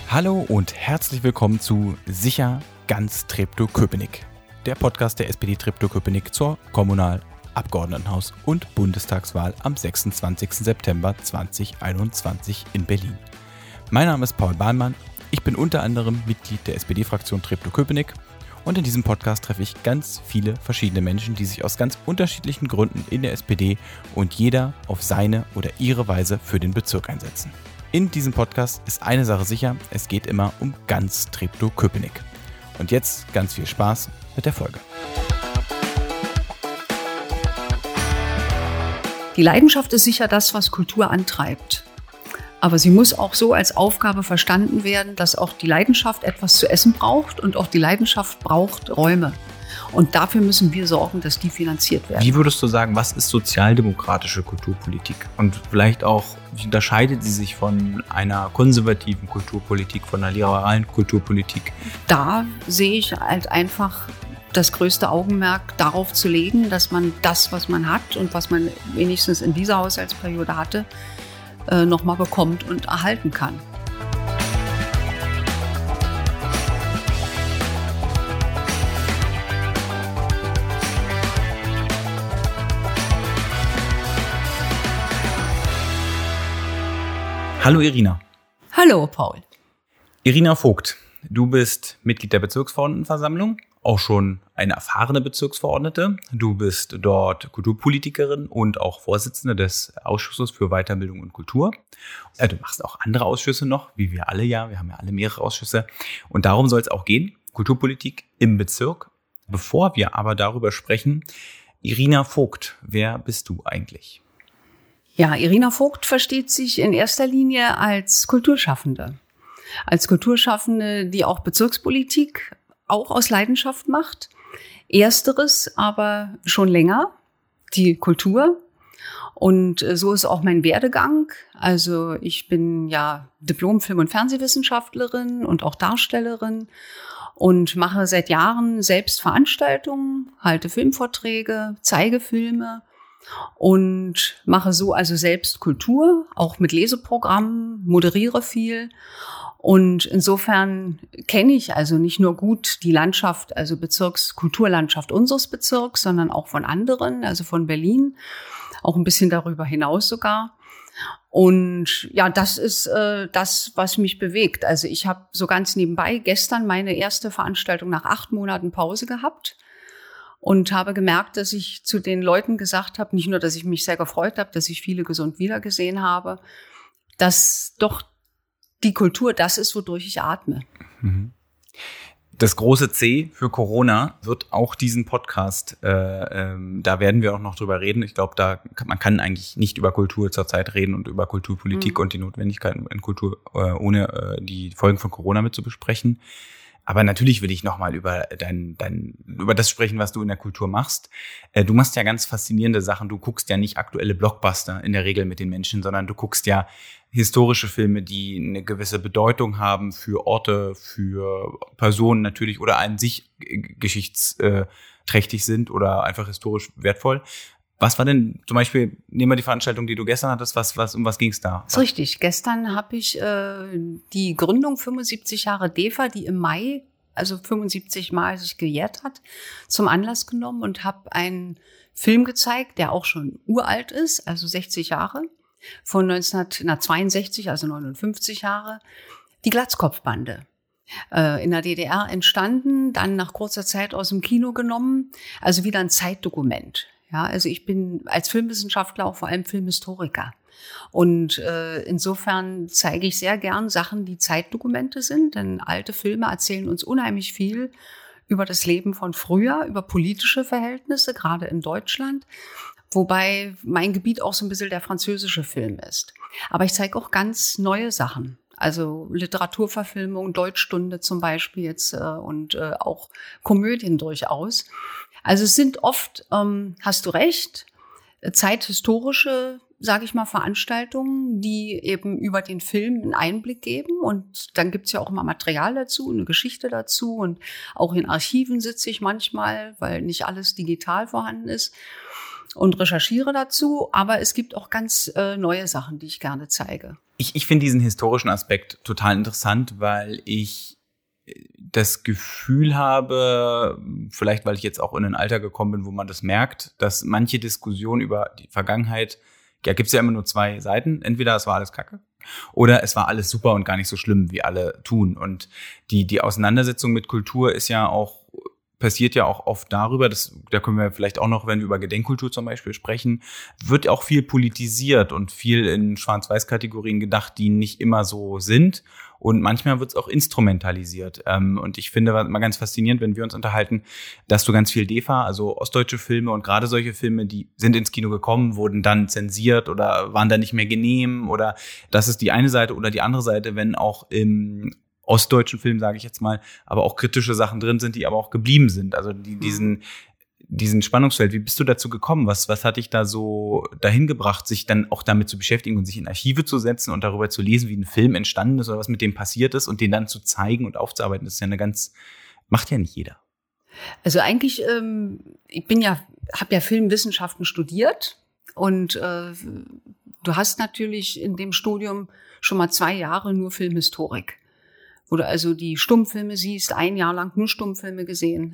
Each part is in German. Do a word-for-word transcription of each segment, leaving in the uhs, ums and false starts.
Hallo und herzlich willkommen zu Sicher ganz Treptow-Köpenick, der Podcast der S P D Treptow-Köpenick zur Kommunal-, Abgeordnetenhaus- und Bundestagswahl am sechsundzwanzigsten September zweitausendeinundzwanzig in Berlin. Mein Name ist Paul Bahlmann, ich bin unter anderem Mitglied der S P D-Fraktion Treptow-Köpenick und in diesem Podcast treffe ich ganz viele verschiedene Menschen, die sich aus ganz unterschiedlichen Gründen in der S P D und jeder auf seine oder ihre Weise für den Bezirk einsetzen. In diesem Podcast ist eine Sache sicher, es geht immer um ganz Treptow-Köpenick. Und jetzt ganz viel Spaß mit der Folge. Die Leidenschaft ist sicher das, was Kultur antreibt. Aber sie muss auch so als Aufgabe verstanden werden, dass auch die Leidenschaft etwas zu essen braucht und auch die Leidenschaft braucht Räume. Und dafür müssen wir sorgen, dass die finanziert werden. Wie würdest du sagen, was ist sozialdemokratische Kulturpolitik? Und vielleicht auch, wie unterscheidet sie sich von einer konservativen Kulturpolitik, von einer liberalen Kulturpolitik? Da sehe ich halt einfach das größte Augenmerk darauf zu legen, dass man das, was man hat und was man wenigstens in dieser Haushaltsperiode hatte, äh, nochmal bekommt und erhalten kann. Hallo Irina. Hallo Paul. Irina Vogt, du bist Mitglied der Bezirksverordnetenversammlung, auch schon eine erfahrene Bezirksverordnete. Du bist dort Kulturpolitikerin und auch Vorsitzende des Ausschusses für Weiterbildung und Kultur. Du machst auch andere Ausschüsse noch, wie wir alle ja. Wir haben ja alle mehrere Ausschüsse. Und darum soll es auch gehen, Kulturpolitik im Bezirk. Bevor wir aber darüber sprechen, Irina Vogt, wer bist du eigentlich? Ja, Irina Vogt versteht sich in erster Linie als Kulturschaffende. Als Kulturschaffende, die auch Bezirkspolitik auch aus Leidenschaft macht. Ersteres aber schon länger, die Kultur. Und so ist auch mein Werdegang. Also ich bin ja Diplom-Film- und Fernsehwissenschaftlerin und auch Darstellerin und mache seit Jahren selbst Veranstaltungen, halte Filmvorträge, zeige Filme. Und mache so also selbst Kultur, auch mit Leseprogrammen, moderiere viel. Und insofern kenne ich also nicht nur gut die Landschaft, also Bezirkskulturlandschaft unseres Bezirks, sondern auch von anderen, also von Berlin, auch ein bisschen darüber hinaus sogar. Und ja, das ist äh, das, was mich bewegt. Also ich habe so ganz nebenbei gestern meine erste Veranstaltung nach acht Monaten Pause gehabt. Und habe gemerkt, dass ich zu den Leuten gesagt habe, nicht nur, dass ich mich sehr gefreut habe, dass ich viele gesund wiedergesehen habe, dass doch die Kultur das ist, wodurch ich atme. Das große C für Corona wird auch diesen Podcast, äh, ähm, da werden wir auch noch drüber reden. Ich glaube, da kann, man kann eigentlich nicht über Kultur zurzeit reden und über Kulturpolitik mhm. und die Notwendigkeiten in Kultur, äh, ohne äh, die Folgen von Corona mit zu besprechen. Aber natürlich will ich nochmal über dein, dein, über das sprechen, was du in der Kultur machst. Du machst ja ganz faszinierende Sachen. Du guckst ja nicht aktuelle Blockbuster in der Regel mit den Menschen, sondern du guckst ja historische Filme, die eine gewisse Bedeutung haben für Orte, für Personen natürlich oder an sich geschichtsträchtig sind oder einfach historisch wertvoll. Was war denn zum Beispiel, nehmen wir die Veranstaltung, die du gestern hattest, was, was, um was ging es da? Das ist richtig. Gestern habe ich äh, die Gründung fünfundsiebzig Jahre D E F A, die im Mai, also fünfundsiebzig Mal sich gejährt hat, zum Anlass genommen und habe einen Film gezeigt, der auch schon uralt ist, also sechzig Jahre, von neunzehnhundertzweiundsechzig, also neunundfünfzig Jahre, die Glatzkopfbande. Äh, in der D D R entstanden, dann nach kurzer Zeit aus dem Kino genommen, also wieder ein Zeitdokument. Ja, also ich bin als Filmwissenschaftler auch vor allem Filmhistoriker. Und äh, insofern zeige ich sehr gern Sachen, die Zeitdokumente sind, denn alte Filme erzählen uns unheimlich viel über das Leben von früher, über politische Verhältnisse, gerade in Deutschland. Wobei mein Gebiet auch so ein bisschen der französische Film ist. Aber ich zeige auch ganz neue Sachen. Also Literaturverfilmung, Deutschstunde zum Beispiel jetzt äh, und äh, auch Komödien durchaus. Also es sind oft, ähm, hast du recht, zeithistorische, sage ich mal, Veranstaltungen, die eben über den Film einen Einblick geben. Und dann gibt's ja auch immer Material dazu, eine Geschichte dazu. Und auch in Archiven sitze ich manchmal, weil nicht alles digital vorhanden ist. und recherchiere dazu. Aber es gibt auch ganz äh, neue Sachen, die ich gerne zeige. Ich, ich finde diesen historischen Aspekt total interessant, weil ich das Gefühl habe, vielleicht weil ich jetzt auch in ein Alter gekommen bin, wo man das merkt, dass manche Diskussionen über die Vergangenheit, ja, gibt's ja immer nur zwei Seiten. Entweder es war alles Kacke oder es war alles super und gar nicht so schlimm, wie alle tun. Und die, die Auseinandersetzung mit Kultur ist ja auch, passiert ja auch oft darüber, das, da können wir vielleicht auch noch, wenn wir über Gedenkkultur zum Beispiel sprechen, wird auch viel politisiert und viel in Schwarz-Weiß-Kategorien gedacht, die nicht immer so sind. Und manchmal wird es auch instrumentalisiert. Und ich finde mal ganz faszinierend, wenn wir uns unterhalten, dass du ganz viel D E F A, also ostdeutsche Filme und gerade solche Filme, die sind ins Kino gekommen, wurden dann zensiert oder waren dann nicht mehr genehm oder das ist die eine Seite oder die andere Seite, wenn auch im ostdeutschen Film, sage ich jetzt mal, aber auch kritische Sachen drin sind, die aber auch geblieben sind. Also die, diesen diesen Spannungsfeld, wie bist du dazu gekommen? Was was hat dich da so dahin gebracht, sich dann auch damit zu beschäftigen und sich in Archive zu setzen und darüber zu lesen, wie ein Film entstanden ist oder was mit dem passiert ist und den dann zu zeigen und aufzuarbeiten? Das ist ja eine ganz, macht ja nicht jeder. Also eigentlich, ähm, ich bin ja, habe ja Filmwissenschaften studiert und äh, du hast natürlich in dem Studium schon mal zwei Jahre nur Filmhistorik, wo du also die Stummfilme siehst, ein Jahr lang nur Stummfilme gesehen.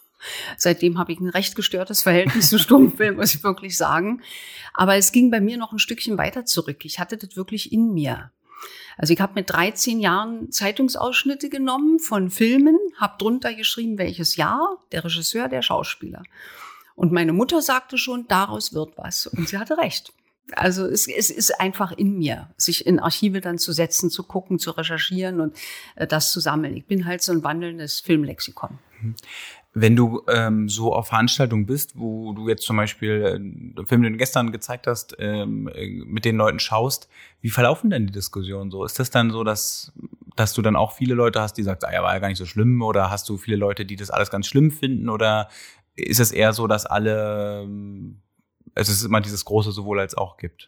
Seitdem habe ich ein recht gestörtes Verhältnis zu Stummfilmen, muss ich wirklich sagen. Aber es ging bei mir noch ein Stückchen weiter zurück. Ich hatte das wirklich in mir. Also ich habe mit dreizehn Jahren Zeitungsausschnitte genommen von Filmen, habe drunter geschrieben, welches Jahr, der Regisseur, der Schauspieler. Und meine Mutter sagte schon, daraus wird was. Und sie hatte recht. Also es, es ist einfach in mir, sich in Archive dann zu setzen, zu gucken, zu recherchieren und äh, das zu sammeln. Ich bin halt so ein wandelndes Filmlexikon. Wenn du ähm, so auf Veranstaltungen bist, wo du jetzt zum Beispiel äh, den Film, den du gestern gezeigt hast, ähm, mit den Leuten schaust, wie verlaufen denn die Diskussionen so? Ist das dann so, dass dass du dann auch viele Leute hast, die sagen, ah, ja, war ja gar nicht so schlimm, oder hast du viele Leute, die das alles ganz schlimm finden, oder ist es eher so, dass alle, also es ist immer dieses große sowohl als auch gibt?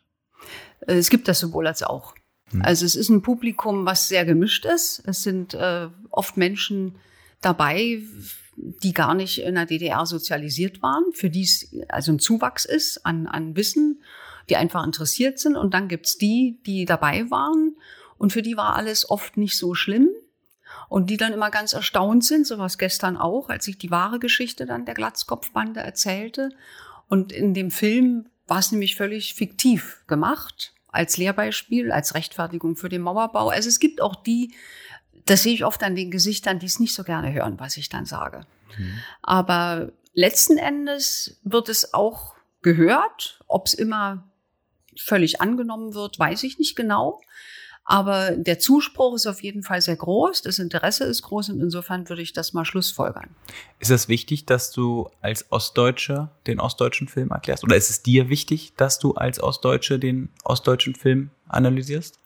Es gibt das sowohl als auch. Hm. Also es ist ein Publikum, was sehr gemischt ist. Es sind äh, oft Menschen dabei, die gar nicht in der D D R sozialisiert waren, für die es also ein Zuwachs ist an, an Wissen, die einfach interessiert sind. Und dann gibt's die, die dabei waren und für die war alles oft nicht so schlimm und die dann immer ganz erstaunt sind, so was gestern auch, als ich die wahre Geschichte dann der Glatzkopfbande erzählte. Und in dem Film war es nämlich völlig fiktiv gemacht, als Lehrbeispiel, als Rechtfertigung für den Mauerbau. Also es gibt auch die, das sehe ich oft an den Gesichtern, die es nicht so gerne hören, was ich dann sage. Mhm. Aber letzten Endes wird es auch gehört. Ob es immer völlig angenommen wird, weiß ich nicht genau. Aber der Zuspruch ist auf jeden Fall sehr groß, das Interesse ist groß und insofern würde ich das mal schlussfolgern. Ist es wichtig, dass du als Ostdeutsche den ostdeutschen Film erklärst? Oder ist es dir wichtig, dass du als Ostdeutsche den ostdeutschen Film analysierst?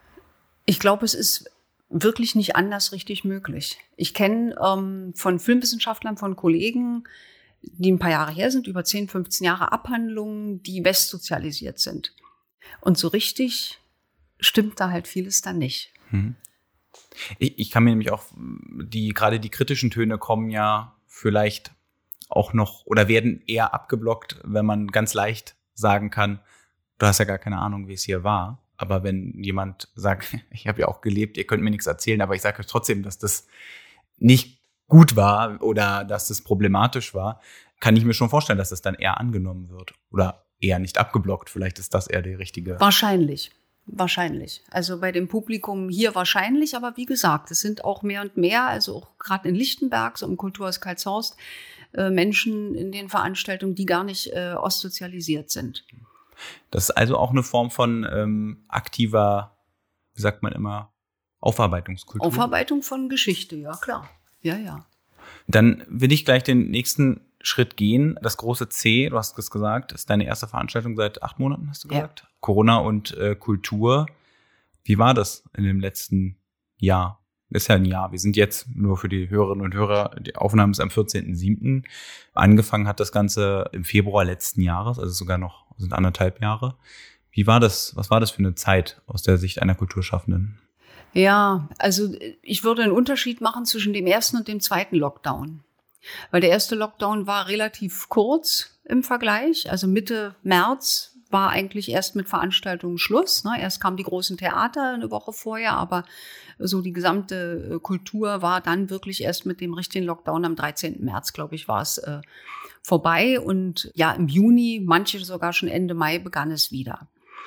Ich glaube, es ist wirklich nicht anders richtig möglich. Ich kenne ähm, von Filmwissenschaftlern, von Kollegen, die ein paar Jahre her sind, über zehn, fünfzehn Jahre Abhandlungen, die westsozialisiert sind. Und so richtig stimmt da halt vieles dann nicht. Hm. Ich, ich kann mir nämlich auch, die gerade die kritischen Töne kommen ja vielleicht auch noch oder werden eher abgeblockt, wenn man ganz leicht sagen kann, du hast ja gar keine Ahnung, wie es hier war. Aber wenn jemand sagt, ich habe ja auch gelebt, ihr könnt mir nichts erzählen, aber ich sage euch trotzdem, dass das nicht gut war oder dass das problematisch war, kann ich mir schon vorstellen, dass das dann eher angenommen wird oder eher nicht abgeblockt. Vielleicht ist das eher die richtige. Wahrscheinlich. Wahrscheinlich. Also bei dem Publikum hier wahrscheinlich, aber wie gesagt, es sind auch mehr und mehr, also auch gerade in Lichtenberg, so im Kulturhaus Karlshorst, äh, Menschen in den Veranstaltungen, die gar nicht äh, ostsozialisiert sind. Das ist also auch eine Form von ähm, aktiver, wie sagt man immer, Aufarbeitungskultur. Aufarbeitung von Geschichte, ja klar. Ja, ja. Dann will ich gleich den nächsten Schritt gehen. Das große C, du hast es gesagt, ist deine erste Veranstaltung seit acht Monaten, hast du gesagt? Ja. Corona und äh, Kultur. Wie war das in dem letzten Jahr? Ist ja ein Jahr. Wir sind jetzt nur für die Hörerinnen und Hörer, die Aufnahme ist am vierzehnten siebten Angefangen hat das Ganze im Februar letzten Jahres, also sogar noch, sind anderthalb Jahre. Wie war das? Was war das für eine Zeit aus der Sicht einer Kulturschaffenden? Ja, also ich würde einen Unterschied machen zwischen dem ersten und dem zweiten Lockdown. Weil der erste Lockdown war relativ kurz im Vergleich. Also Mitte März war eigentlich erst mit Veranstaltungen Schluss. Ne? Erst kamen die großen Theater eine Woche vorher, aber so die gesamte Kultur war dann wirklich erst mit dem richtigen Lockdown am dreizehnten März, glaube ich, war es äh, vorbei. Und ja, im Juni, manche sogar schon Ende Mai, begann es wieder.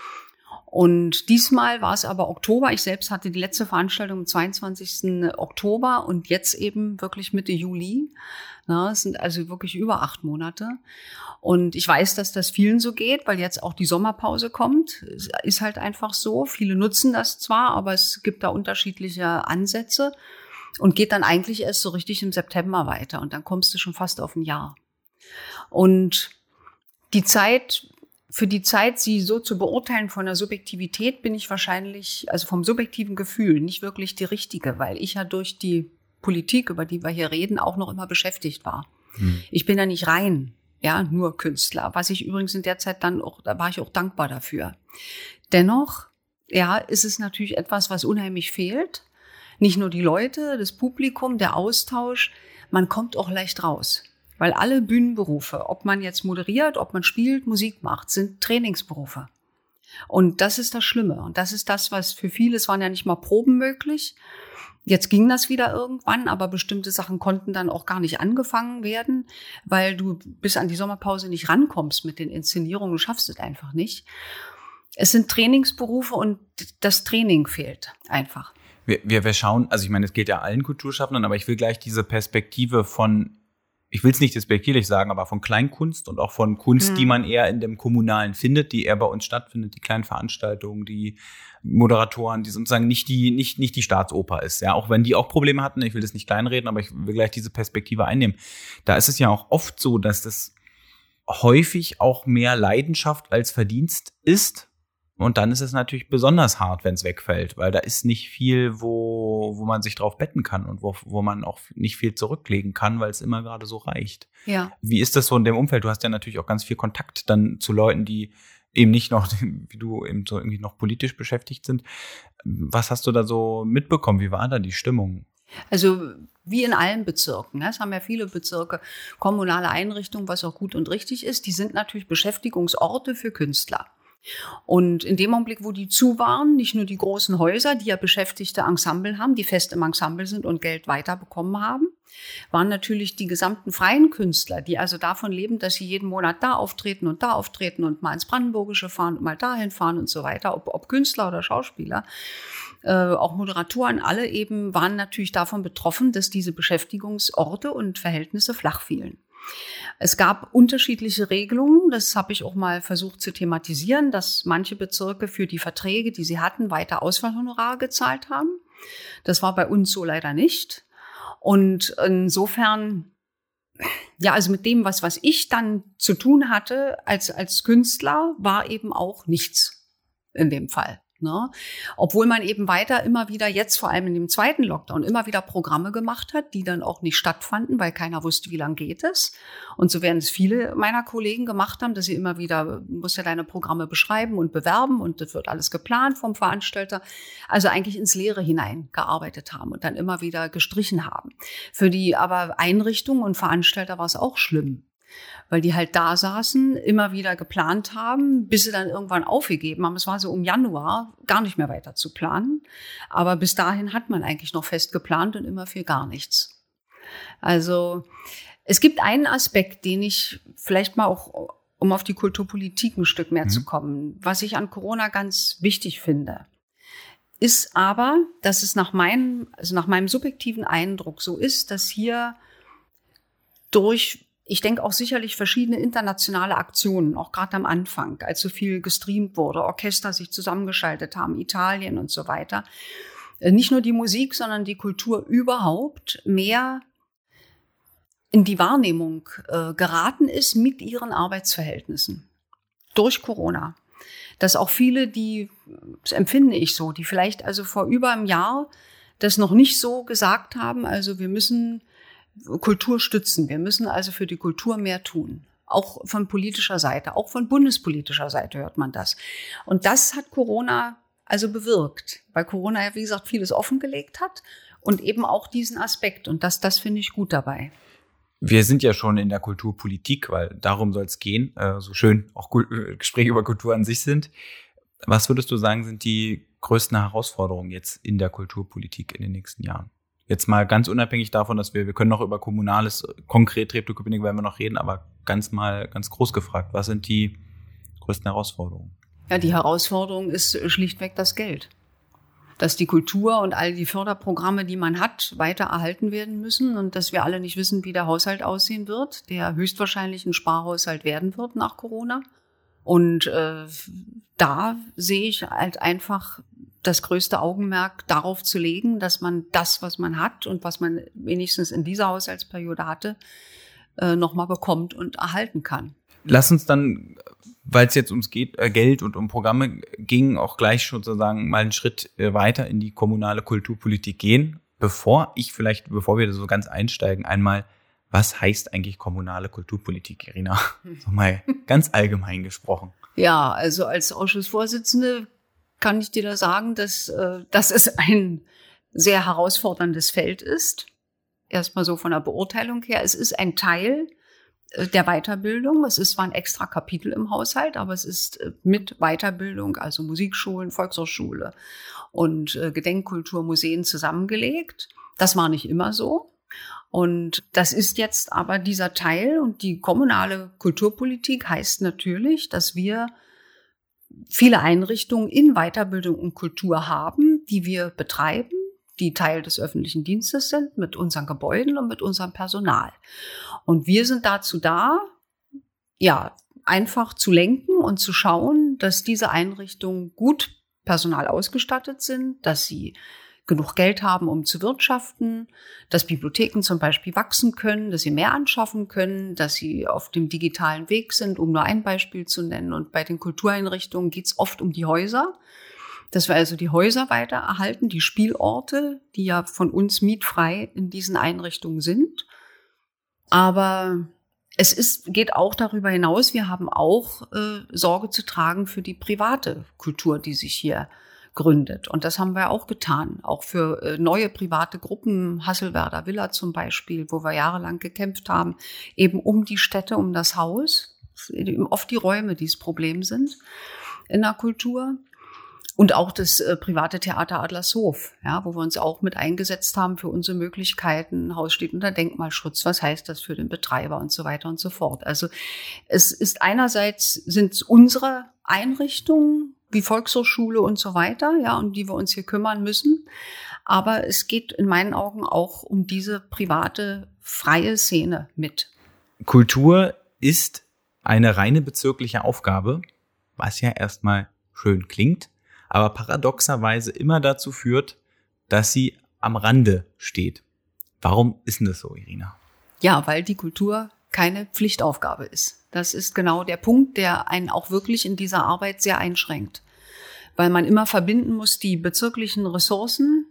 Und diesmal war es aber Oktober. Ich selbst hatte die letzte Veranstaltung am zweiundzwanzigsten Oktober und jetzt eben wirklich Mitte Juli. Ja, es sind also wirklich über acht Monate. Und ich weiß, dass das vielen so geht, weil jetzt auch die Sommerpause kommt. Es ist halt einfach so. Viele nutzen das zwar, aber es gibt da unterschiedliche Ansätze und geht dann eigentlich erst so richtig im September weiter. Und dann kommst du schon fast auf ein Jahr. Und die Zeit... Für die Zeit, sie so zu beurteilen von der Subjektivität, bin ich wahrscheinlich, also vom subjektiven Gefühl, nicht wirklich die Richtige, weil ich ja durch die Politik, über die wir hier reden, auch noch immer beschäftigt war. Hm. Ich bin ja nicht rein, ja, nur Künstler, was ich übrigens in der Zeit dann auch, da war ich auch dankbar dafür. Dennoch, ja, ist es natürlich etwas, was unheimlich fehlt. Nicht nur die Leute, das Publikum, der Austausch, man kommt auch leicht raus. Weil alle Bühnenberufe, ob man jetzt moderiert, ob man spielt, Musik macht, sind Trainingsberufe. Und das ist das Schlimme. Und das ist das, was für viele, es waren ja nicht mal Proben möglich. Jetzt ging das wieder irgendwann, aber bestimmte Sachen konnten dann auch gar nicht angefangen werden, weil du bis an die Sommerpause nicht rankommst mit den Inszenierungen, du schaffst es einfach nicht. Es sind Trainingsberufe und das Training fehlt einfach. Wir, wir, wir schauen, also ich meine, es geht ja allen Kulturschaffenden, aber ich will gleich diese Perspektive von, ich will es nicht despektierlich sagen, aber von Kleinkunst und auch von Kunst, hm. die man eher in dem Kommunalen findet, die eher bei uns stattfindet, die kleinen Veranstaltungen, die Moderatoren, die sozusagen nicht die, nicht, nicht die Staatsoper ist. Ja, auch wenn die auch Probleme hatten, ich will das nicht kleinreden, aber ich will gleich diese Perspektive einnehmen. Da ist es ja auch oft so, dass das häufig auch mehr Leidenschaft als Verdienst ist. Und dann ist es natürlich besonders hart, wenn es wegfällt, weil da ist nicht viel, wo, wo man sich drauf betten kann und wo, wo man auch nicht viel zurücklegen kann, weil es immer gerade so reicht. Ja. Wie ist das so in dem Umfeld? Du hast ja natürlich auch ganz viel Kontakt dann zu Leuten, die eben nicht noch, wie du eben so irgendwie noch politisch beschäftigt sind. Was hast du da so mitbekommen? Wie war da die Stimmung? Also wie in allen Bezirken. Es haben ja viele Bezirke kommunale Einrichtungen, was auch gut und richtig ist. Die sind natürlich Beschäftigungsorte für Künstler. Und in dem Augenblick, wo die zu waren, nicht nur die großen Häuser, die ja beschäftigte Ensemble haben, die fest im Ensemble sind und Geld weiterbekommen haben, waren natürlich die gesamten freien Künstler, die also davon leben, dass sie jeden Monat da auftreten und da auftreten und mal ins Brandenburgische fahren und mal dahin fahren und so weiter, ob, ob Künstler oder Schauspieler, äh, auch Moderatoren, alle eben waren natürlich davon betroffen, dass diese Beschäftigungsorte und Verhältnisse flach fielen. Es gab unterschiedliche Regelungen, das habe ich auch mal versucht zu thematisieren, dass manche Bezirke für die Verträge, die sie hatten, weiter Ausfallhonorare gezahlt haben. Das war bei uns so leider nicht. Und insofern, ja, also mit dem, was, was ich dann zu tun hatte als, als Künstler, war eben auch nichts in dem Fall. Ne? Obwohl man eben weiter immer wieder, jetzt vor allem in dem zweiten Lockdown, immer wieder Programme gemacht hat, die dann auch nicht stattfanden, weil keiner wusste, wie lange geht es. Und so werden es viele meiner Kollegen gemacht haben, dass sie immer wieder, du musst ja deine Programme beschreiben und bewerben und das wird alles geplant vom Veranstalter. Also eigentlich ins Leere hinein gearbeitet haben und dann immer wieder gestrichen haben. Für die aber Einrichtungen und Veranstalter war es auch schlimm. Weil die halt da saßen, immer wieder geplant haben, bis sie dann irgendwann aufgegeben haben. Es war so um Januar, gar nicht mehr weiter zu planen. Aber bis dahin hat man eigentlich noch fest geplant und immer für gar nichts. Also es gibt einen Aspekt, den ich vielleicht mal auch, um auf die Kulturpolitik ein Stück mehr mhm. zu kommen, was ich an Corona ganz wichtig finde, ist aber, dass es nach meinem, also nach meinem subjektiven Eindruck so ist, dass hier durch ich denke auch sicherlich verschiedene internationale Aktionen, auch gerade am Anfang, als so viel gestreamt wurde, Orchester sich zusammengeschaltet haben, Italien und so weiter. Nicht nur die Musik, sondern die Kultur überhaupt mehr in die Wahrnehmung äh, geraten ist mit ihren Arbeitsverhältnissen durch Corona. Dass auch viele, die, das empfinde ich so, die vielleicht also vor über einem Jahr das noch nicht so gesagt haben, also wir müssen Kultur stützen. Wir müssen also für die Kultur mehr tun. Auch von politischer Seite, auch von bundespolitischer Seite hört man das. Und das hat Corona also bewirkt, weil Corona ja, wie gesagt, vieles offengelegt hat und eben auch diesen Aspekt. Und das, das finde ich gut dabei. Wir sind ja schon in der Kulturpolitik, weil darum soll es gehen, äh, so schön auch Gespräche über Kultur an sich sind. Was würdest du sagen, sind die größten Herausforderungen jetzt in der Kulturpolitik in den nächsten Jahren? Jetzt mal ganz unabhängig davon, dass wir, wir können noch über Kommunales, konkret Treptow-Köpenick werden wir noch reden, aber ganz mal, ganz groß gefragt, was sind die größten Herausforderungen? Ja, die Herausforderung ist schlichtweg das Geld. Dass die Kultur und all die Förderprogramme, die man hat, weiter erhalten werden müssen und dass wir alle nicht wissen, wie der Haushalt aussehen wird, der höchstwahrscheinlich ein Sparhaushalt werden wird nach Corona. Und äh, da sehe ich halt einfach das größte Augenmerk darauf zu legen, dass man das, was man hat und was man wenigstens in dieser Haushaltsperiode hatte, äh, nochmal bekommt und erhalten kann. Lass uns dann, weil es jetzt ums geht, äh, Geld und um Programme ging, auch gleich schon sozusagen mal einen Schritt äh, weiter in die kommunale Kulturpolitik gehen. Bevor ich vielleicht, bevor wir so ganz einsteigen, einmal, was heißt eigentlich kommunale Kulturpolitik, Irina? So mal ganz allgemein gesprochen. Ja, also als Ausschussvorsitzende kann ich dir da sagen, dass, äh, dass es ein sehr herausforderndes Feld ist. Erstmal so von der Beurteilung her. Es ist ein Teil der Weiterbildung. Es ist zwar ein extra Kapitel im Haushalt, aber es ist mit Weiterbildung, also Musikschulen, Volkshochschule und äh, Gedenkkultur, Museen zusammengelegt. Das war nicht immer so. Und das ist jetzt aber dieser Teil. Und die kommunale Kulturpolitik heißt natürlich, dass wir viele Einrichtungen in Weiterbildung und Kultur haben, die wir betreiben, die Teil des öffentlichen Dienstes sind, mit unseren Gebäuden und mit unserem Personal. Und wir sind dazu da, ja, einfach zu lenken und zu schauen, dass diese Einrichtungen gut personal ausgestattet sind, dass sie genug Geld haben, um zu wirtschaften, dass Bibliotheken zum Beispiel wachsen können, dass sie mehr anschaffen können, dass sie auf dem digitalen Weg sind, um nur ein Beispiel zu nennen. Und bei den Kultureinrichtungen geht es oft um die Häuser, dass wir also die Häuser weiter erhalten, die Spielorte, die ja von uns mietfrei in diesen Einrichtungen sind. Aber es ist, geht auch darüber hinaus, wir haben auch äh, Sorge zu tragen für die private Kultur, die sich hier gründet. Und das haben wir auch getan, auch für äh, neue private Gruppen, Hasselwerder Villa zum Beispiel, wo wir jahrelang gekämpft haben, eben um die Städte, um das Haus, oft die Räume, die das Problem sind in der Kultur. Und auch das äh, private Theater Adlershof, ja, wo wir uns auch mit eingesetzt haben für unsere Möglichkeiten. Haus steht unter Denkmalschutz. Was heißt das für den Betreiber und so weiter und so fort? Also es ist einerseits sind es unsere Einrichtungen wie Volkshochschule und so weiter, ja, um die wir uns hier kümmern müssen. Aber es geht in meinen Augen auch um diese private freie Szene mit. Kultur ist eine reine bezirkliche Aufgabe, was ja erstmal schön klingt, aber paradoxerweise immer dazu führt, dass sie am Rande steht. Warum ist denn das so, Irina? Ja, weil die Kultur keine Pflichtaufgabe ist. Das ist genau der Punkt, der einen auch wirklich in dieser Arbeit sehr einschränkt. Weil man immer verbinden muss die bezirklichen Ressourcen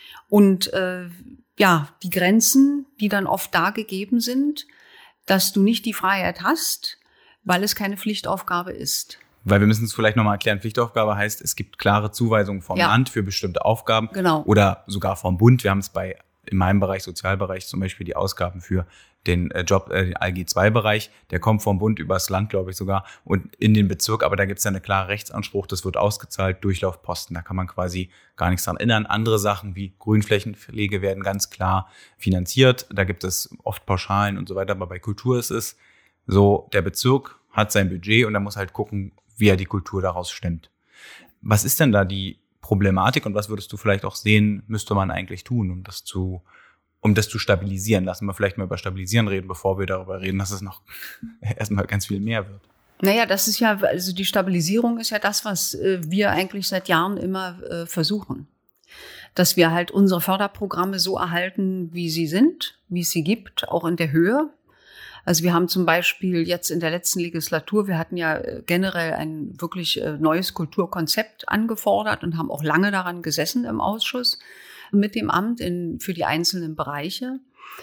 und äh, ja die Grenzen, die dann oft da gegeben sind, dass du nicht die Freiheit hast, weil es keine Pflichtaufgabe ist. Weil wir müssen es vielleicht nochmal erklären, Pflichtaufgabe heißt, es gibt klare Zuweisungen vom ja. Land für bestimmte Aufgaben genau. oder sogar vom Bund. Wir haben es bei, in meinem Bereich, Sozialbereich zum Beispiel, die Ausgaben für den äh, Job, äh, den A L G zwei Bereich, der kommt vom Bund übers Land, glaube ich sogar, und in den Bezirk, aber da gibt es ja einen klaren Rechtsanspruch, das wird ausgezahlt, Durchlaufposten, da kann man quasi gar nichts dran ändern. Andere Sachen wie Grünflächenpflege werden ganz klar finanziert, da gibt es oft Pauschalen und so weiter, aber bei Kultur ist es so, der Bezirk hat sein Budget und da muss halt gucken, wie er die Kultur daraus stemmt. Was ist denn da die Problematik und was würdest du vielleicht auch sehen, müsste man eigentlich tun, um das zu, um das zu stabilisieren? Lassen wir vielleicht mal über Stabilisieren reden, bevor wir darüber reden, dass es noch erstmal ganz viel mehr wird. Naja, das ist ja, also die Stabilisierung ist ja das, was äh, wir eigentlich seit Jahren immer äh, versuchen. Dass wir halt unsere Förderprogramme so erhalten, wie sie sind, wie es sie gibt, auch in der Höhe. Also wir haben zum Beispiel jetzt in der letzten Legislatur, wir hatten ja generell ein wirklich neues Kulturkonzept angefordert und haben auch lange daran gesessen im Ausschuss mit dem Amt in, für die einzelnen Bereiche.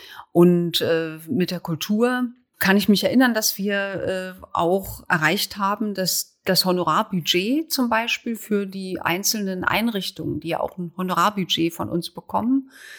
Und äh, mit der Kultur kann ich mich erinnern, dass wir äh, auch erreicht haben, dass das Honorarbudget zum Beispiel für die einzelnen Einrichtungen, die ja auch ein Honorarbudget von uns bekommen,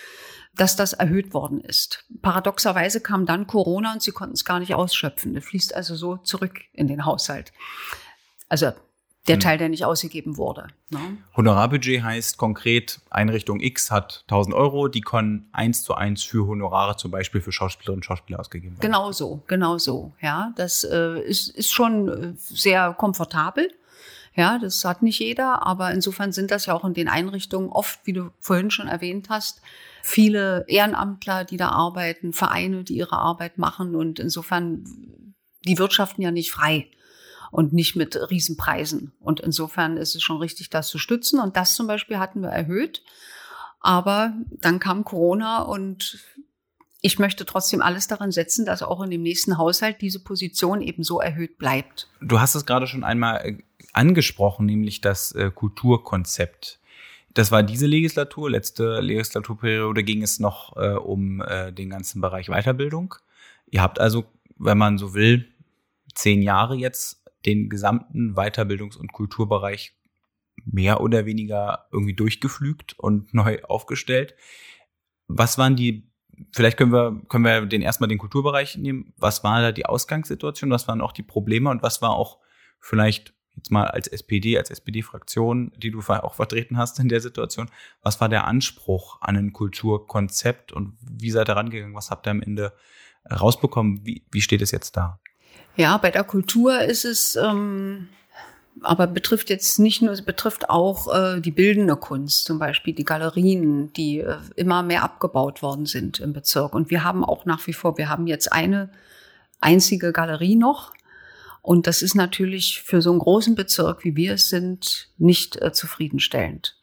dass das erhöht worden ist. Paradoxerweise kam dann Corona und sie konnten es gar nicht ausschöpfen. Das fließt also so zurück in den Haushalt. Also der Teil, der nicht ausgegeben wurde. Ne? Honorarbudget heißt konkret, Einrichtung X hat tausend Euro, die können eins zu eins für Honorare zum Beispiel für Schauspielerinnen und Schauspieler ausgegeben werden. Genau so, genau so. Ja, das äh, ist, ist schon sehr komfortabel. Ja, das hat nicht jeder, aber insofern sind das ja auch in den Einrichtungen oft, wie du vorhin schon erwähnt hast, viele Ehrenamtler, die da arbeiten, Vereine, die ihre Arbeit machen und insofern, die wirtschaften ja nicht frei. Und nicht mit Riesenpreisen. Und insofern ist es schon richtig, das zu stützen. Und das zum Beispiel hatten wir erhöht. Aber dann kam Corona und ich möchte trotzdem alles daran setzen, dass auch in dem nächsten Haushalt diese Position eben so erhöht bleibt. Du hast es gerade schon einmal angesprochen, nämlich das äh, Kulturkonzept. Das war diese Legislatur. Letzte Legislaturperiode ging es noch äh, um äh, den ganzen Bereich Weiterbildung. Ihr habt also, wenn man so will, zehn Jahre jetzt den gesamten Weiterbildungs- und Kulturbereich mehr oder weniger irgendwie durchgepflügt und neu aufgestellt. Was waren die, vielleicht können wir, können wir den erstmal den Kulturbereich nehmen. Was war da die Ausgangssituation? Was waren auch die Probleme? Und was war auch vielleicht jetzt mal als S P D, als S P D-Fraktion, die du auch vertreten hast in der Situation, was war der Anspruch an ein Kulturkonzept und wie seid ihr rangegangen? Was habt ihr am Ende rausbekommen? Wie, wie steht es jetzt da? Ja, bei der Kultur ist es, ähm, aber betrifft jetzt nicht nur, es betrifft auch äh, die bildende Kunst, zum Beispiel die Galerien, die äh, immer mehr abgebaut worden sind im Bezirk. Und wir haben auch nach wie vor, wir haben jetzt eine einzige Galerie noch. Und das ist natürlich für so einen großen Bezirk, wie wir es sind, nicht äh, zufriedenstellend.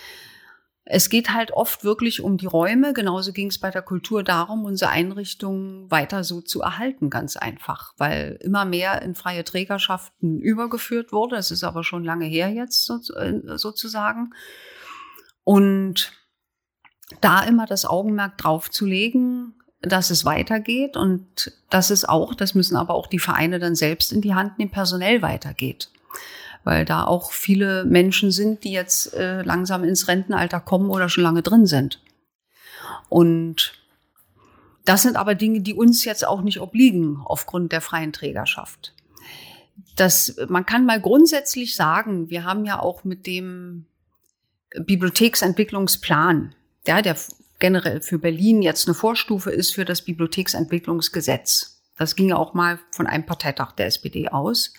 Es geht halt oft wirklich um die Räume. Genauso ging es bei der Kultur darum, unsere Einrichtungen weiter so zu erhalten, ganz einfach. Weil immer mehr in freie Trägerschaften übergeführt wurde. Das ist aber schon lange her jetzt so, sozusagen. Und da immer das Augenmerk drauf zu legen, dass es weitergeht und dass es auch, das müssen aber auch die Vereine dann selbst in die Hand nehmen, personell weitergeht. Weil da auch viele Menschen sind, die jetzt äh, langsam ins Rentenalter kommen oder schon lange drin sind. Und das sind aber Dinge, die uns jetzt auch nicht obliegen aufgrund der freien Trägerschaft. Das, man kann mal grundsätzlich sagen, wir haben ja auch mit dem Bibliotheksentwicklungsplan, ja, der generell für Berlin jetzt eine Vorstufe ist für das Bibliotheksentwicklungsgesetz. Das ging ja auch mal von einem Parteitag der S P D aus.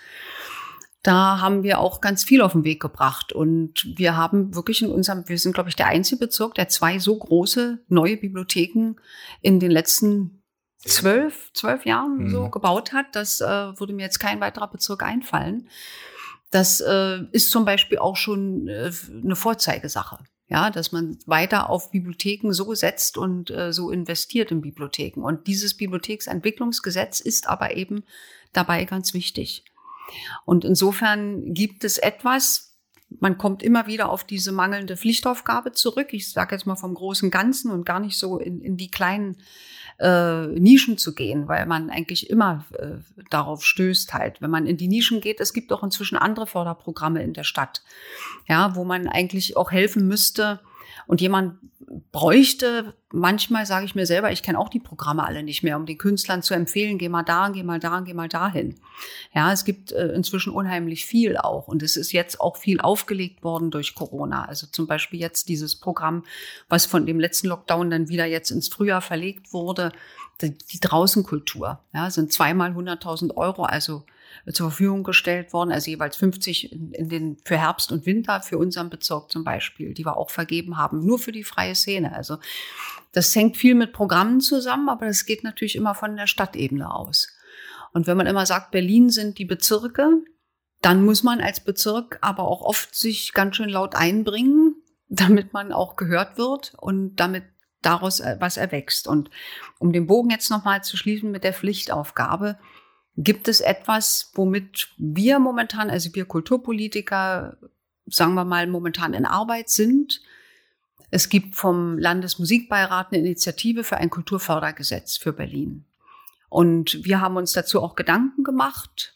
Da haben wir auch ganz viel auf den Weg gebracht und wir haben wirklich in unserem, wir sind, glaube ich, der einzige Bezirk, der zwei so große neue Bibliotheken in den letzten zwölf, zwölf Jahren mhm. so gebaut hat. Das äh, würde mir jetzt kein weiterer Bezirk einfallen. Das äh, ist zum Beispiel auch schon äh, eine Vorzeigesache, ja, dass man weiter auf Bibliotheken so setzt und äh, so investiert in Bibliotheken. Und dieses Bibliotheksentwicklungsgesetz ist aber eben dabei ganz wichtig. Und insofern gibt es etwas, man kommt immer wieder auf diese mangelnde Pflichtaufgabe zurück. Ich sage jetzt mal vom großen Ganzen und gar nicht so in, in die kleinen äh, Nischen zu gehen, weil man eigentlich immer äh, darauf stößt halt. Wenn man in die Nischen geht, es gibt auch inzwischen andere Förderprogramme in der Stadt, ja, wo man eigentlich auch helfen müsste und jemand bräuchte, manchmal sage ich mir selber, ich kenne auch die Programme alle nicht mehr, um den Künstlern zu empfehlen, geh mal da, geh mal da, geh mal dahin. Ja, es gibt äh, inzwischen unheimlich viel auch und es ist jetzt auch viel aufgelegt worden durch Corona. Also zum Beispiel jetzt dieses Programm, was von dem letzten Lockdown dann wieder jetzt ins Frühjahr verlegt wurde, die, die Draußenkultur, ja, sind zweimal hunderttausend Euro, also zur Verfügung gestellt worden, also jeweils fünfzig in, in den, für Herbst und Winter, für unseren Bezirk zum Beispiel, die wir auch vergeben haben, nur für die freie Szene. Also das hängt viel mit Programmen zusammen, aber das geht natürlich immer von der Stadtebene aus. Und wenn man immer sagt, Berlin sind die Bezirke, dann muss man als Bezirk aber auch oft sich ganz schön laut einbringen, damit man auch gehört wird und damit daraus was erwächst. Und um den Bogen jetzt nochmal zu schließen mit der Pflichtaufgabe, gibt es etwas, womit wir momentan, also wir Kulturpolitiker, sagen wir mal, momentan in Arbeit sind? Es gibt vom Landesmusikbeirat eine Initiative für ein Kulturfördergesetz für Berlin. Und wir haben uns dazu auch Gedanken gemacht.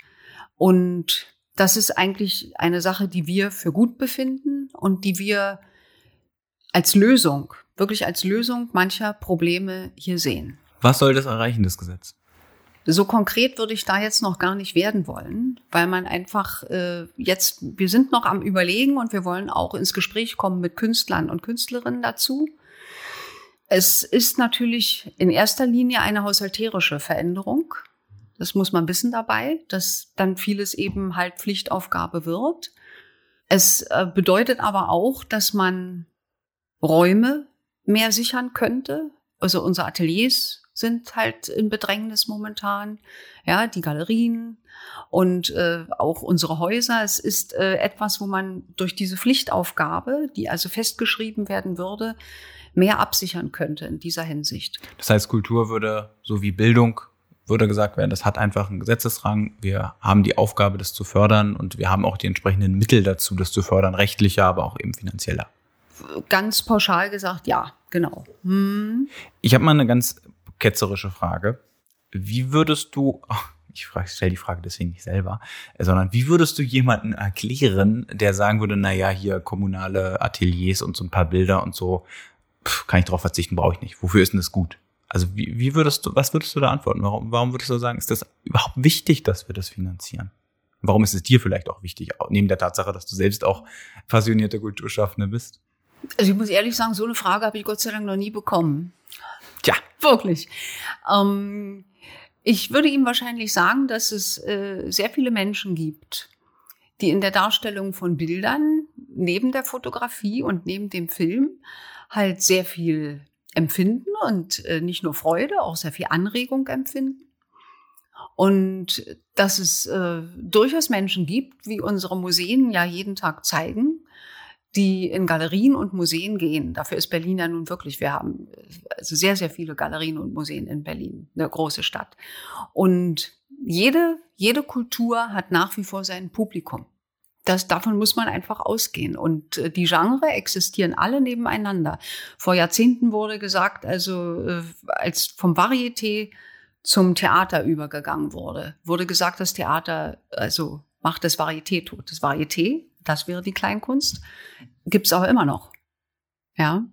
Und das ist eigentlich eine Sache, die wir für gut befinden und die wir als Lösung wirklich als Lösung mancher Probleme hier sehen. Was soll das erreichen, das Gesetz? So konkret würde ich da jetzt noch gar nicht werden wollen, weil man einfach äh, jetzt, wir sind noch am Überlegen und wir wollen auch ins Gespräch kommen mit Künstlern und Künstlerinnen dazu. Es ist natürlich in erster Linie eine haushalterische Veränderung. Das muss man wissen dabei, dass dann vieles eben halt Pflichtaufgabe wird. Es äh, bedeutet aber auch, dass man Räume mehr sichern könnte. Also unsere Ateliers sind halt in Bedrängnis momentan, ja, die Galerien und äh, auch unsere Häuser. Es ist äh, etwas, wo man durch diese Pflichtaufgabe, die also festgeschrieben werden würde, mehr absichern könnte in dieser Hinsicht. Das heißt, Kultur würde, so wie Bildung, würde gesagt werden, das hat einfach einen Gesetzesrang. Wir haben die Aufgabe, das zu fördern und wir haben auch die entsprechenden Mittel dazu, das zu fördern, rechtlicher, aber auch eben finanzieller. Ganz pauschal gesagt, ja, genau. Hm. Ich habe mal eine ganz ketzerische Frage. Wie würdest du, ich stelle die Frage deswegen nicht selber, sondern wie würdest du jemanden erklären, der sagen würde, naja, hier kommunale Ateliers und so ein paar Bilder und so, pff, kann ich drauf verzichten, brauche ich nicht. Wofür ist denn das gut? Also wie, wie würdest du, was würdest du da antworten? Warum, warum würdest du sagen, ist das überhaupt wichtig, dass wir das finanzieren? Warum ist es dir vielleicht auch wichtig, auch neben der Tatsache, dass du selbst auch passionierte Kulturschaffende bist? Also ich muss ehrlich sagen, so eine Frage habe ich Gott sei Dank noch nie bekommen. Tja. Wirklich. Ähm, ich würde ihm wahrscheinlich sagen, dass es äh, sehr viele Menschen gibt, die in der Darstellung von Bildern neben der Fotografie und neben dem Film halt sehr viel empfinden und äh, nicht nur Freude, auch sehr viel Anregung empfinden. Und dass es äh, durchaus Menschen gibt, wie unsere Museen ja jeden Tag zeigen, die in Galerien und Museen gehen. Dafür ist Berlin ja nun wirklich, wir haben also sehr, sehr viele Galerien und Museen in Berlin, eine große Stadt. Und jede, jede Kultur hat nach wie vor sein Publikum. Das, davon muss man einfach ausgehen. Und äh, die Genre existieren alle nebeneinander. Vor Jahrzehnten wurde gesagt, also äh, als vom Varieté zum Theater übergegangen wurde, wurde gesagt, das Theater also macht das Varieté tot. Das Varieté, das wäre die Kleinkunst, gibt's auch immer noch. Ja.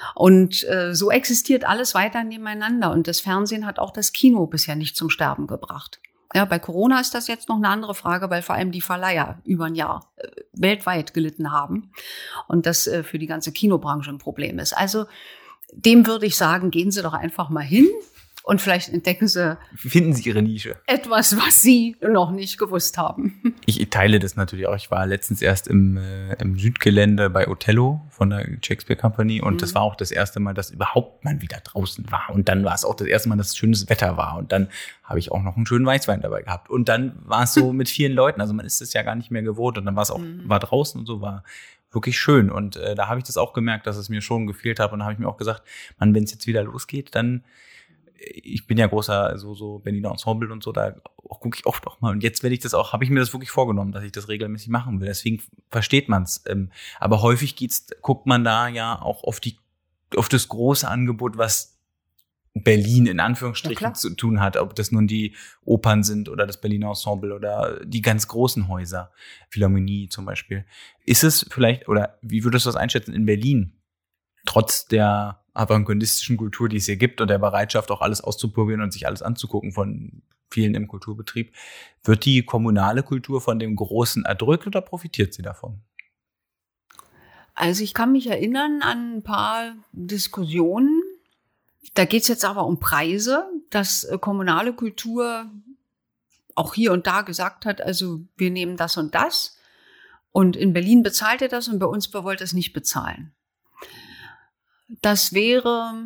Und äh, so existiert alles weiter nebeneinander. Und das Fernsehen hat auch das Kino bisher nicht zum Sterben gebracht. Ja, bei Corona ist das jetzt noch eine andere Frage, weil vor allem die Verleiher über ein Jahr äh, weltweit gelitten haben und das äh, für die ganze Kinobranche ein Problem ist. Also dem würde ich sagen, gehen Sie doch einfach mal hin. Und vielleicht entdecken Sie, finden Sie Ihre Nische. Etwas, was Sie noch nicht gewusst haben. Ich teile das natürlich auch. Ich war letztens erst im, äh, im Südgelände bei Othello von der Shakespeare Company und mhm. das war auch das erste Mal, dass überhaupt man wieder draußen war. Und dann war es auch das erste Mal, dass schönes Wetter war. Und dann habe ich auch noch einen schönen Weißwein dabei gehabt. Und dann war es so mit vielen Leuten. Also man ist es ja gar nicht mehr gewohnt. Und dann war es auch, mhm. war draußen und so, war wirklich schön. Und äh, da habe ich das auch gemerkt, dass es mir schon gefehlt hat. Und da habe ich mir auch gesagt, man, wenn es jetzt wieder losgeht, dann ich bin ja großer so so Berliner Ensemble und so, da gucke ich oft auch mal. Und jetzt werde ich das auch, habe ich mir das wirklich vorgenommen, dass ich das regelmäßig machen will. Deswegen versteht man es. Aber häufig geht's, guckt man da ja auch auf die auf das große Angebot, was Berlin in Anführungsstrichen ja, zu tun hat, ob das nun die Opern sind oder das Berliner Ensemble oder die ganz großen Häuser, Philharmonie zum Beispiel. Ist es vielleicht, oder wie würdest du das einschätzen, in Berlin, trotz der avantgardistischen Kultur, die es hier gibt und der Bereitschaft, auch alles auszuprobieren und sich alles anzugucken von vielen im Kulturbetrieb, wird die kommunale Kultur von dem Großen erdrückt oder profitiert sie davon? Also ich kann mich erinnern an ein paar Diskussionen. Da geht es jetzt aber um Preise, dass kommunale Kultur auch hier und da gesagt hat, also wir nehmen das und das. Und in Berlin bezahlt ihr das und bei uns wollt ihr es nicht bezahlen. Das wäre,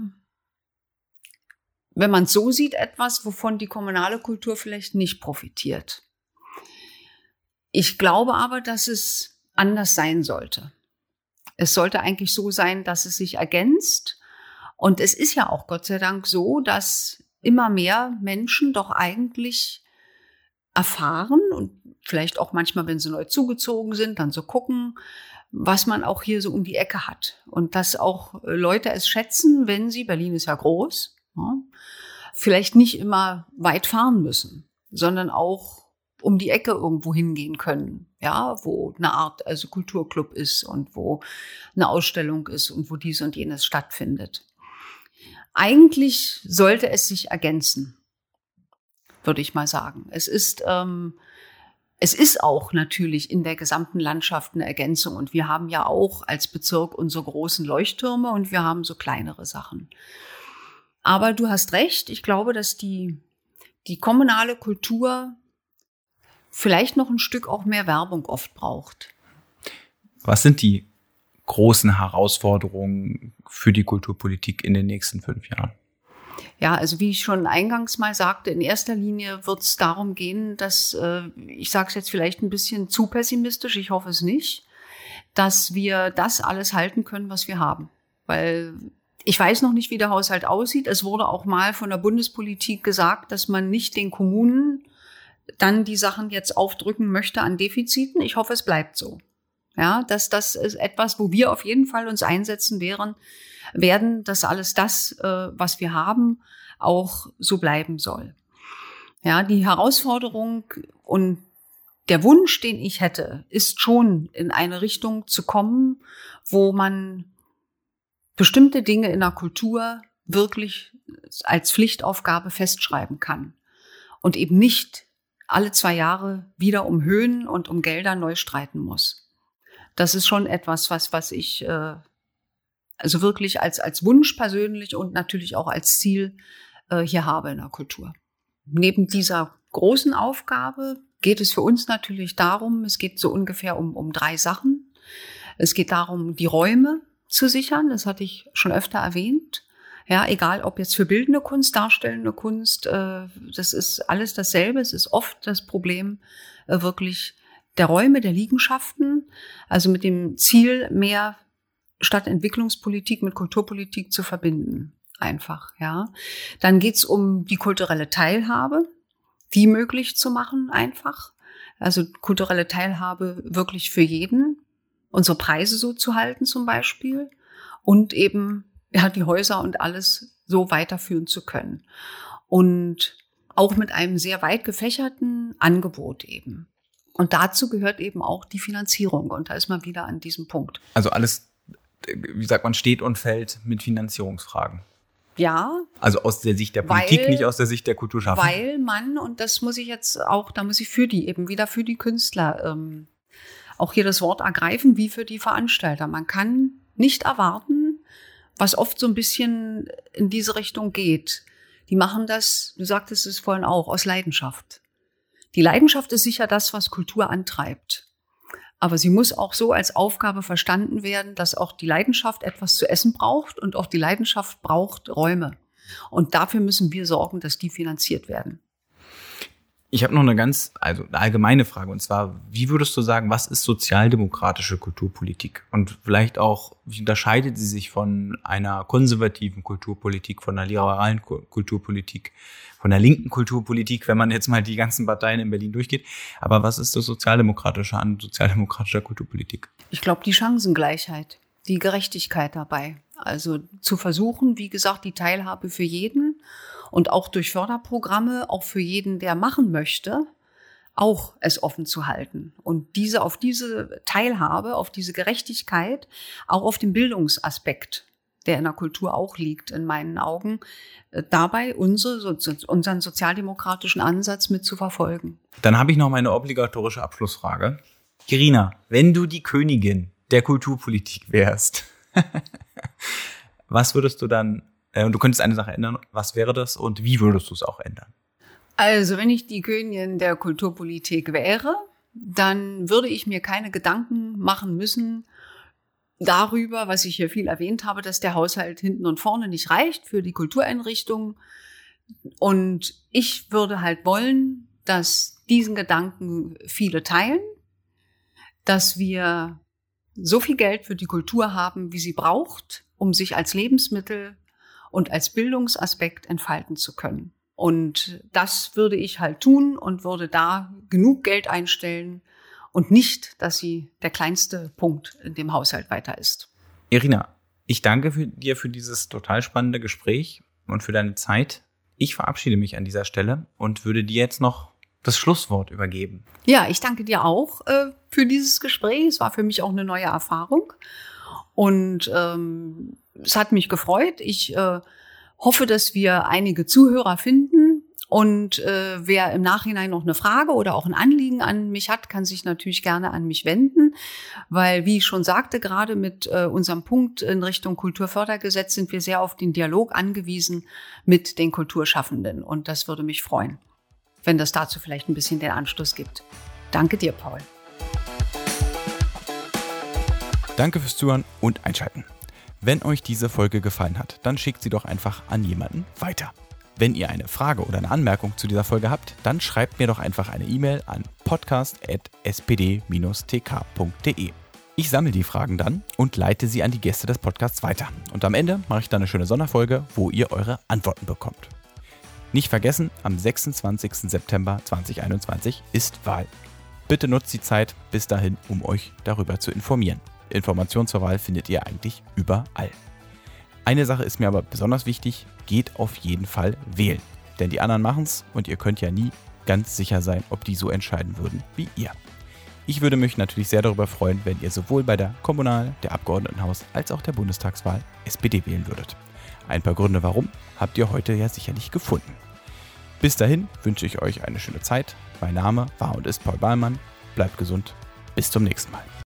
wenn man es so sieht, etwas, wovon die kommunale Kultur vielleicht nicht profitiert. Ich glaube aber, dass es anders sein sollte. Es sollte eigentlich so sein, dass es sich ergänzt. Und es ist ja auch Gott sei Dank so, dass immer mehr Menschen doch eigentlich erfahren und vielleicht auch manchmal, wenn sie neu zugezogen sind, dann so gucken, was man auch hier so um die Ecke hat. Und dass auch Leute es schätzen, wenn sie, Berlin ist ja groß, ja, vielleicht nicht immer weit fahren müssen, sondern auch um die Ecke irgendwo hingehen können, ja, wo eine Art, also Kulturclub ist und wo eine Ausstellung ist und wo dies und jenes stattfindet. Eigentlich sollte es sich ergänzen, würde ich mal sagen. Es ist, ähm, es ist auch natürlich in der gesamten Landschaft eine Ergänzung und wir haben ja auch als Bezirk unsere großen Leuchttürme und wir haben so kleinere Sachen. Aber du hast recht, ich glaube, dass die, die kommunale Kultur vielleicht noch ein Stück auch mehr Werbung oft braucht. Was sind die großen Herausforderungen für die Kulturpolitik in den nächsten fünf Jahren? Ja, also wie ich schon eingangs mal sagte, in erster Linie wird es darum gehen, dass, äh, ich sage es jetzt vielleicht ein bisschen zu pessimistisch, ich hoffe es nicht, dass wir das alles halten können, was wir haben. Weil ich weiß noch nicht, wie der Haushalt aussieht. Es wurde auch mal von der Bundespolitik gesagt, dass man nicht den Kommunen dann die Sachen jetzt aufdrücken möchte an Defiziten. Ich hoffe, es bleibt so. Ja, dass das ist etwas, wo wir auf jeden Fall uns einsetzen wären, werden, dass alles das, äh, was wir haben, auch so bleiben soll. Ja, die Herausforderung und der Wunsch, den ich hätte, ist schon in eine Richtung zu kommen, wo man bestimmte Dinge in der Kultur wirklich als Pflichtaufgabe festschreiben kann und eben nicht alle zwei Jahre wieder um Höhen und um Gelder neu streiten muss. Das ist schon etwas, was, was ich äh, also wirklich als, als Wunsch persönlich und natürlich auch als Ziel äh, hier habe in der Kultur. Neben dieser großen Aufgabe geht es für uns natürlich darum, es geht so ungefähr um, um drei Sachen. Es geht darum, die Räume zu sichern, das hatte ich schon öfter erwähnt. Ja, egal ob jetzt für bildende Kunst, darstellende Kunst, äh, das ist alles dasselbe. Es ist oft das Problem äh, wirklich der Räume, der Liegenschaften, also mit dem Ziel, mehr Stadtentwicklungspolitik mit Kulturpolitik zu verbinden. Einfach, ja. Dann geht's um die kulturelle Teilhabe, die möglich zu machen, einfach. Also kulturelle Teilhabe wirklich für jeden. Unsere Preise so zu halten zum Beispiel. Und eben ja, die Häuser und alles so weiterführen zu können. Und auch mit einem sehr weit gefächerten Angebot eben. Und dazu gehört eben auch die Finanzierung. Und da ist man wieder an diesem Punkt. Also alles, wie sagt man, steht und fällt mit Finanzierungsfragen. Ja. Also aus der Sicht der Politik, weil, nicht aus der Sicht der Kulturschaffenden. Weil man, und das muss ich jetzt auch, da muss ich für die, eben wieder für die Künstler ähm, auch hier das Wort ergreifen, wie für die Veranstalter. Man kann nicht erwarten, was oft so ein bisschen in diese Richtung geht. Die machen das, du sagtest es vorhin auch, aus Leidenschaft. Die Leidenschaft ist sicher das, was Kultur antreibt. Aber sie muss auch so als Aufgabe verstanden werden, dass auch die Leidenschaft etwas zu essen braucht und auch die Leidenschaft braucht Räume. Und dafür müssen wir sorgen, dass die finanziert werden. Ich habe noch eine ganz, also eine allgemeine Frage, und zwar, wie würdest du sagen, was ist sozialdemokratische Kulturpolitik? Und vielleicht auch, wie unterscheidet sie sich von einer konservativen Kulturpolitik, von einer liberalen Kulturpolitik, von der linken Kulturpolitik, wenn man jetzt mal die ganzen Parteien in Berlin durchgeht? Aber was ist das Sozialdemokratische an sozialdemokratischer Kulturpolitik? Ich glaube, die Chancengleichheit, die Gerechtigkeit dabei. Also zu versuchen, wie gesagt, die Teilhabe für jeden und auch durch Förderprogramme, auch für jeden, der machen möchte, auch es offen zu halten. Und diese, auf diese Teilhabe, auf diese Gerechtigkeit, auch auf den Bildungsaspekt, der in der Kultur auch liegt, in meinen Augen, dabei unsere, unseren sozialdemokratischen Ansatz mit zu verfolgen. Dann habe ich noch meine obligatorische Abschlussfrage. Irina, wenn du die Königin der Kulturpolitik wärst, was würdest du dann, äh, du könntest eine Sache ändern, was wäre das und wie würdest du es auch ändern? Also wenn ich die Königin der Kulturpolitik wäre, dann würde ich mir keine Gedanken machen müssen darüber, was ich hier viel erwähnt habe, dass der Haushalt hinten und vorne nicht reicht für die Kultureinrichtungen. Und ich würde halt wollen, dass diesen Gedanken viele teilen, dass wir so viel Geld für die Kultur haben, wie sie braucht, um sich als Lebensmittel und als Bildungsaspekt entfalten zu können. Und das würde ich halt tun und würde da genug Geld einstellen und nicht, dass sie der kleinste Punkt in dem Haushalt weiter ist. Irina, ich danke für, dir für dieses total spannende Gespräch und für deine Zeit. Ich verabschiede mich an dieser Stelle und würde dir jetzt noch das Schlusswort übergeben. Ja, ich danke dir auch äh, für dieses Gespräch. Es war für mich auch eine neue Erfahrung. Und ähm, es hat mich gefreut. Ich äh, hoffe, dass wir einige Zuhörer finden. Und äh, wer im Nachhinein noch eine Frage oder auch ein Anliegen an mich hat, kann sich natürlich gerne an mich wenden. Weil, wie ich schon sagte, gerade mit äh, unserem Punkt in Richtung Kulturfördergesetz sind wir sehr auf den Dialog angewiesen mit den Kulturschaffenden. Und das würde mich freuen, wenn das dazu vielleicht ein bisschen den Anschluss gibt. Danke dir, Paul. Danke fürs Zuhören und Einschalten. Wenn euch diese Folge gefallen hat, dann schickt sie doch einfach an jemanden weiter. Wenn ihr eine Frage oder eine Anmerkung zu dieser Folge habt, dann schreibt mir doch einfach eine E-Mail an podcast at s p d dash t k punkt d e. Ich sammle die Fragen dann und leite sie an die Gäste des Podcasts weiter. Und am Ende mache ich dann eine schöne Sonderfolge, wo ihr eure Antworten bekommt. Nicht vergessen, am sechsundzwanzigsten September zweitausendeinundzwanzig ist Wahl. Bitte nutzt die Zeit bis dahin, um euch darüber zu informieren. Informationen zur Wahl findet ihr eigentlich überall. Eine Sache ist mir aber besonders wichtig, geht auf jeden Fall wählen. Denn die anderen machen es und ihr könnt ja nie ganz sicher sein, ob die so entscheiden würden wie ihr. Ich würde mich natürlich sehr darüber freuen, wenn ihr sowohl bei der Kommunal-, der Abgeordnetenhaus- als auch der Bundestagswahl S P D wählen würdet. Ein paar Gründe warum habt ihr heute ja sicherlich gefunden. Bis dahin wünsche ich euch eine schöne Zeit. Mein Name war und ist Paul Bahlmann. Bleibt gesund. Bis zum nächsten Mal.